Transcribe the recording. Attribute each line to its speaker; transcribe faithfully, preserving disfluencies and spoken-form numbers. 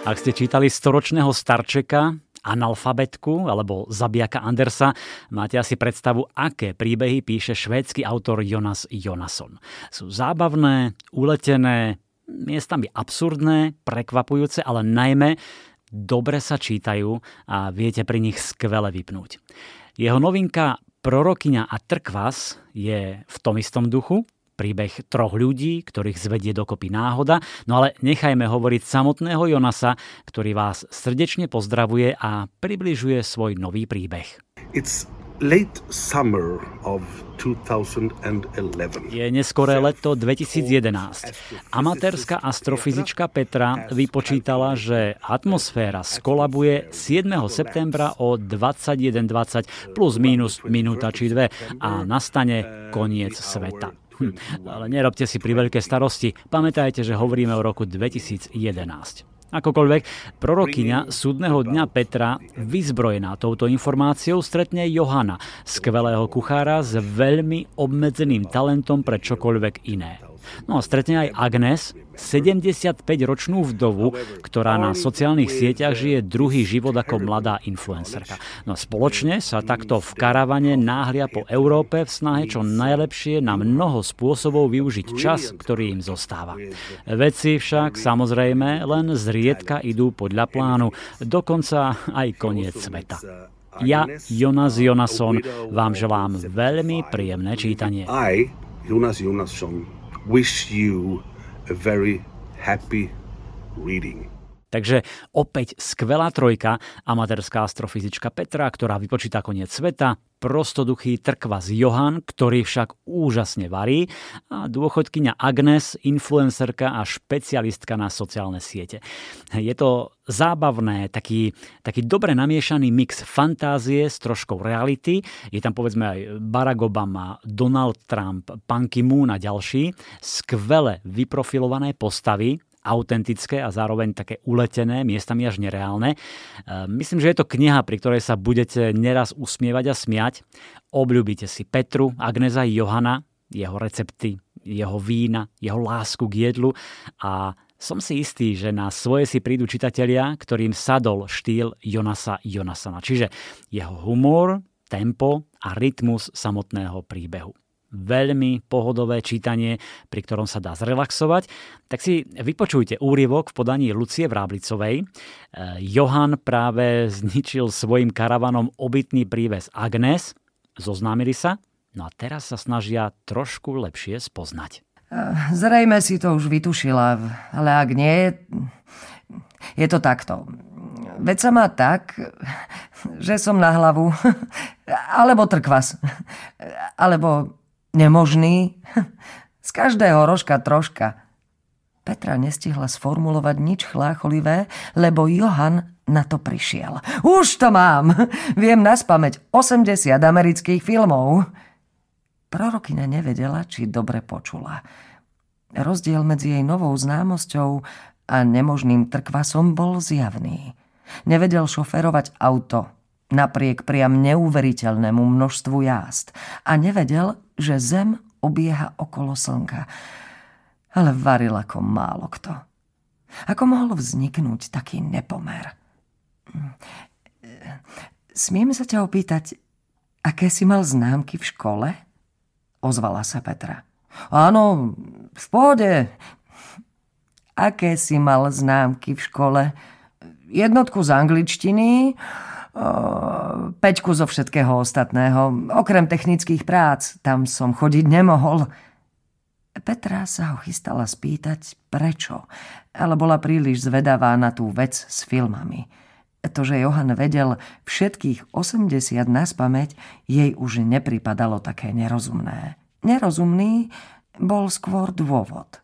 Speaker 1: Ak ste čítali storočného starčeka, analfabetku alebo zabijaka Andersa, máte asi predstavu, aké príbehy píše švédsky autor Jonas Jonasson. Sú zábavné, uletené, miestami absurdné, prekvapujúce, ale najmä dobre sa čítajú a viete pri nich skvele vypnúť. Jeho novinka Prorokyňa a trkvas je v tom istom duchu. Príbeh troch ľudí, ktorých zvedie dokopy náhoda. No ale nechajme hovoriť samotného Jonasa, ktorý vás srdečne pozdravuje a približuje svoj nový príbeh.
Speaker 2: It's late summer of twenty eleven.
Speaker 1: Je neskoré leto dvetisícjedenásť. Amatérska astrofyzička Petra vypočítala, že atmosféra skolabuje siedmeho septembra o dvadsaťjeden dvadsať plus mínus minúta či dve a nastane koniec sveta. Hm, ale nerobte si priveľké starosti. Pamätajte, že hovoríme o roku dvetisícjedenásť. Akokoľvek, prorokyňa súdneho dňa Petra, vyzbrojená touto informáciou, stretne Johana, skvelého kuchára s veľmi obmedzeným talentom pre čokoľvek iné. No a stretne aj Agnes, sedemdesiatpäťročnú vdovu, ktorá na sociálnych sieťach žije druhý život ako mladá influencerka. No spoločne sa takto v karavane náhlia po Európe v snahe čo najlepšie na mnoho spôsobov využiť čas, ktorý im zostáva. Veci však samozrejme len zriedka idú podľa plánu, dokonca aj koniec sveta. Ja, Jonas Jonasson, vám želám veľmi príjemné čítanie.
Speaker 2: I, Jonas Jonasson, wish you a very happy reading.
Speaker 1: Takže opäť skvelá trojka, amatérska astrofyzička Petra, ktorá vypočíta koniec sveta, prostoduchý trkvas Johan, ktorý však úžasne varí, a dôchodkyňa Agnes, influencerka a špecialistka na sociálne siete. Je to zábavné, taký, taký dobre namiešaný mix fantázie s troškou reality. Je tam povedzme aj Barack Obama, Donald Trump, Ban Ki-moon a ďalší. Skvele vyprofilované postavy, autentické a zároveň také uletené, miestami až nereálne. Myslím, že je to kniha, pri ktorej sa budete neraz usmievať a smiať. Obľúbite si Petru, Agnesa i Johana, jeho recepty, jeho vína, jeho lásku k jedlu a som si istý, že na svoje si prídu čitatelia, ktorým sadol štýl Jonasa Jonassona, čiže jeho humor, tempo a rytmus samotného príbehu. Veľmi pohodové čítanie, pri ktorom sa dá zrelaxovať, tak si vypočujte úryvok v podaní Lucie Vráblicovej. Johan práve zničil svojim karavanom obytný príves Agnes, zoznámili sa, no a teraz sa snažia trošku lepšie spoznať.
Speaker 3: Zrejme si to už vytušila, ale ak nie, je to takto. Veď sa má tak, že som na hlavu, alebo trkvas, alebo nemožný. Z každého rožka troška. Petra nestihla sformulovať nič chlácholivé, lebo Johan na to prišiel. Už to mám! Viem naspamäť osemdesiat amerických filmov. Prorokyňa nevedela, či dobre počula. Rozdiel medzi jej novou známosťou a nemožným trkvasom bol zjavný. Nevedel šoférovať auto, napriek priam neuveriteľnému množstvu jazd. A nevedel, že Zem obieha okolo Slnka. Ale varil ako málo kto. Ako mohol vzniknúť taký nepomer? Smiem sa ťa opýtať, aké si mal známky v škole? Ozvala sa Petra. Áno, v pohode. Aké si mal známky v škole? Jednotku z angličtiny, peťku zo všetkého ostatného, okrem technických prác, tam som chodiť nemohol. Petra sa ho chystala spýtať, prečo, ale bola príliš zvedavá na tú vec s filmami. To, že Johan vedel všetkých osemdesiat naspamäť, jej už nepripadalo také nerozumné. Nerozumný bol skôr dôvod.